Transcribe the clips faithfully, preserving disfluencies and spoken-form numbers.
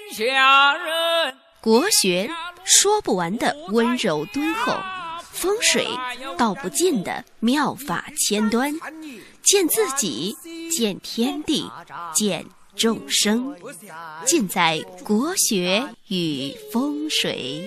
下人。 国学说不完的温柔敦厚，风水道不尽的妙法千端，见自己，见天地，见众生，尽在国学与风水。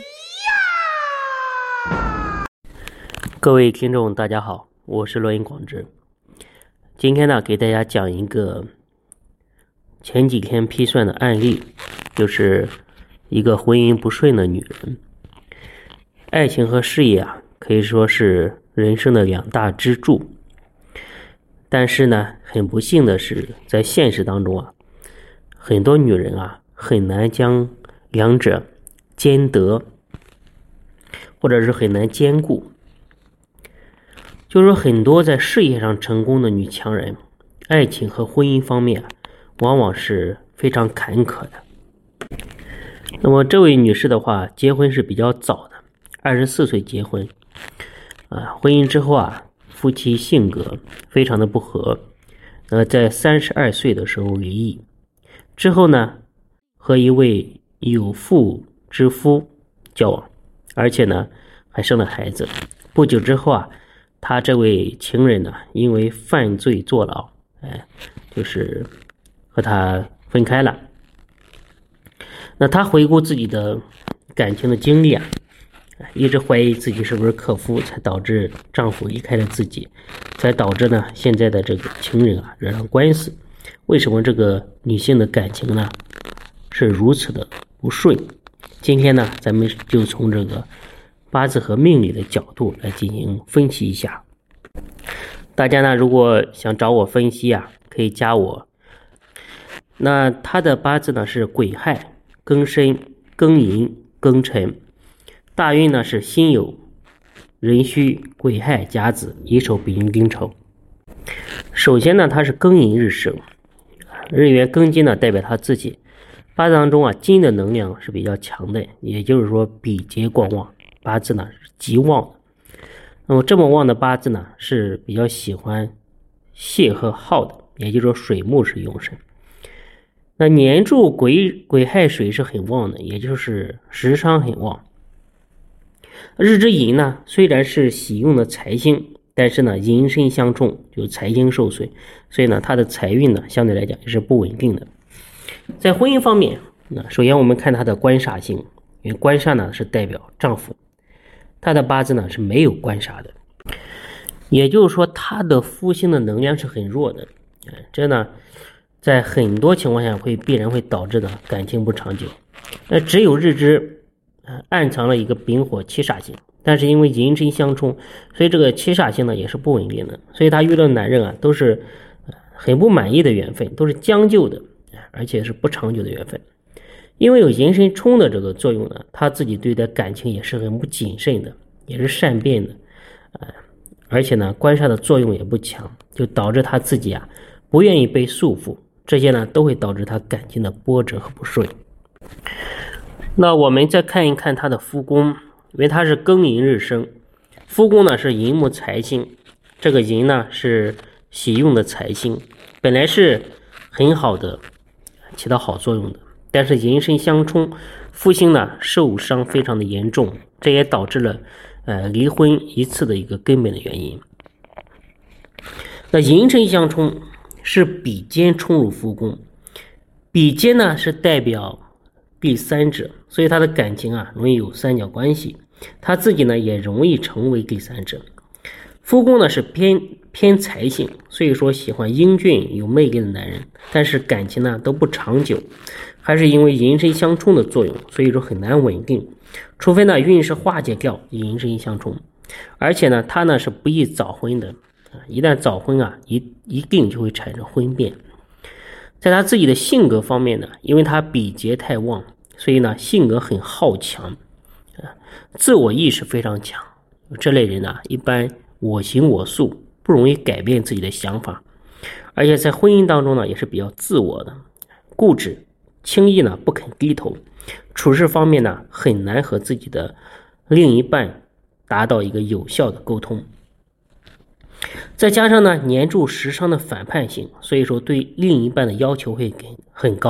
各位听众大家好，我是罗云广志。今天呢给大家讲一个前几天批算的案例，就是一个婚姻不顺的女人。爱情和事业啊可以说是人生的两大支柱，但是呢很不幸的是，在现实当中啊，很多女人啊很难将两者兼得，或者是很难兼顾。就是说很多在事业上成功的女强人，爱情和婚姻方面啊往往是非常坎坷的。那么这位女士的话，结婚是比较早的，二十四岁结婚啊，婚姻之后啊，夫妻性格非常的不合，呃，在三十二岁的时候离异，之后呢，和一位有妇之夫交往，而且呢，还生了孩子。不久之后啊，他这位情人呢，因为犯罪坐牢，哎，就是和他分开了。那他回顾自己的感情的经历啊，一直怀疑自己是不是克夫，才导致丈夫离开了自己，才导致呢现在的这个情人啊惹上官司。为什么这个女性的感情呢是如此的不顺？今天呢咱们就从这个八字和命理的角度来进行分析一下。大家呢如果想找我分析啊，可以加我。那他的八字呢是癸亥、庚申、庚寅、庚辰，大运呢是辛酉、壬戌、癸亥、甲子、乙丑、丙寅、丁丑。首先呢他是庚寅日生，日元庚金呢代表他自己。八字当中啊，金的能量是比较强的，也就是说比劫光旺，八字呢是极旺的。那么这么旺的八字呢是比较喜欢泄和耗的，也就是说水木是用神。那年柱癸癸亥水是很旺的，也就是食伤很旺。日之寅呢虽然是喜用的财星，但是呢寅申相冲，就财星受损，所以呢他的财运呢相对来讲也是不稳定的。在婚姻方面，那首先我们看他的官煞星，因为官煞呢是代表丈夫，他的八字呢是没有官煞的，也就是说他的夫星的能量是很弱的。这呢在很多情况下会必然会导致的感情不长久。那只有日支暗藏了一个丙火七煞星，但是因为寅申相冲，所以这个七煞星呢也是不稳定的，所以他遇到男人啊都是很不满意的缘分，都是将就的，而且是不长久的缘分。因为有寅申冲的这个作用呢，他自己对待感情也是很不谨慎的，也是善变的，呃，而且呢官煞的作用也不强，就导致他自己啊不愿意被束缚，这些呢都会导致他感情的波折和不顺。那我们再看一看他的夫宫，因为他是庚寅日生，夫宫呢是寅木财星，这个寅呢是喜用的财星，本来是很好的，起到好作用的，但是寅申相冲，夫星呢受伤非常的严重，这也导致了呃离婚一次的一个根本的原因。那寅申相冲是比肩冲入夫宫，比肩呢是代表第三者，所以他的感情啊容易有三角关系，他自己呢也容易成为第三者。夫宫呢是偏偏财性，所以说喜欢英俊有魅力的男人，但是感情呢都不长久，还是因为寅申相冲的作用，所以说很难稳定，除非呢运势化解掉寅申相冲。而且呢他呢是不宜早婚的，一旦早婚啊一一定就会产生婚变。在他自己的性格方面呢，因为他比劫太旺，所以呢性格很好强，自我意识非常强，这类人呢一般我行我素，不容易改变自己的想法，而且在婚姻当中呢也是比较自我的，固执，轻易呢不肯低头，处事方面呢很难和自己的另一半达到一个有效的沟通。再加上呢年柱食伤的反叛性，所以说对另一半的要求会很高，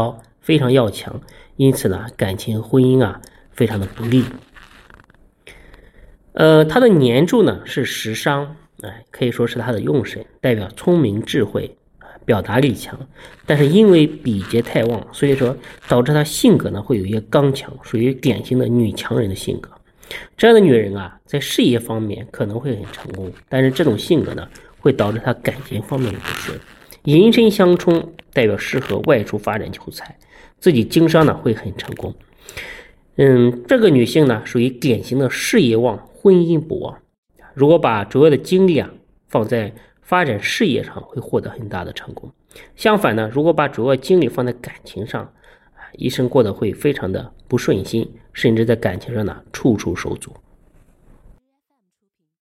非常要强，因此呢，感情婚姻啊非常的不利。呃，他的年柱呢是食伤，哎，可以说是他的用神，代表聪明智慧，表达力强。但是因为比劫太旺，所以说导致他性格呢会有一些刚强，属于典型的女强人的性格。这样的女人啊，在事业方面可能会很成功，但是这种性格呢，会导致她感情方面不顺。寅申相冲，代表适合外出发展求财，自己经商呢会很成功。嗯，这个女性呢，属于典型的事业旺，婚姻不旺。如果把主要的精力啊放在发展事业上，会获得很大的成功。相反呢，如果把主要精力放在感情上，一生过得会非常的不顺心，甚至在感情上呢处处受阻。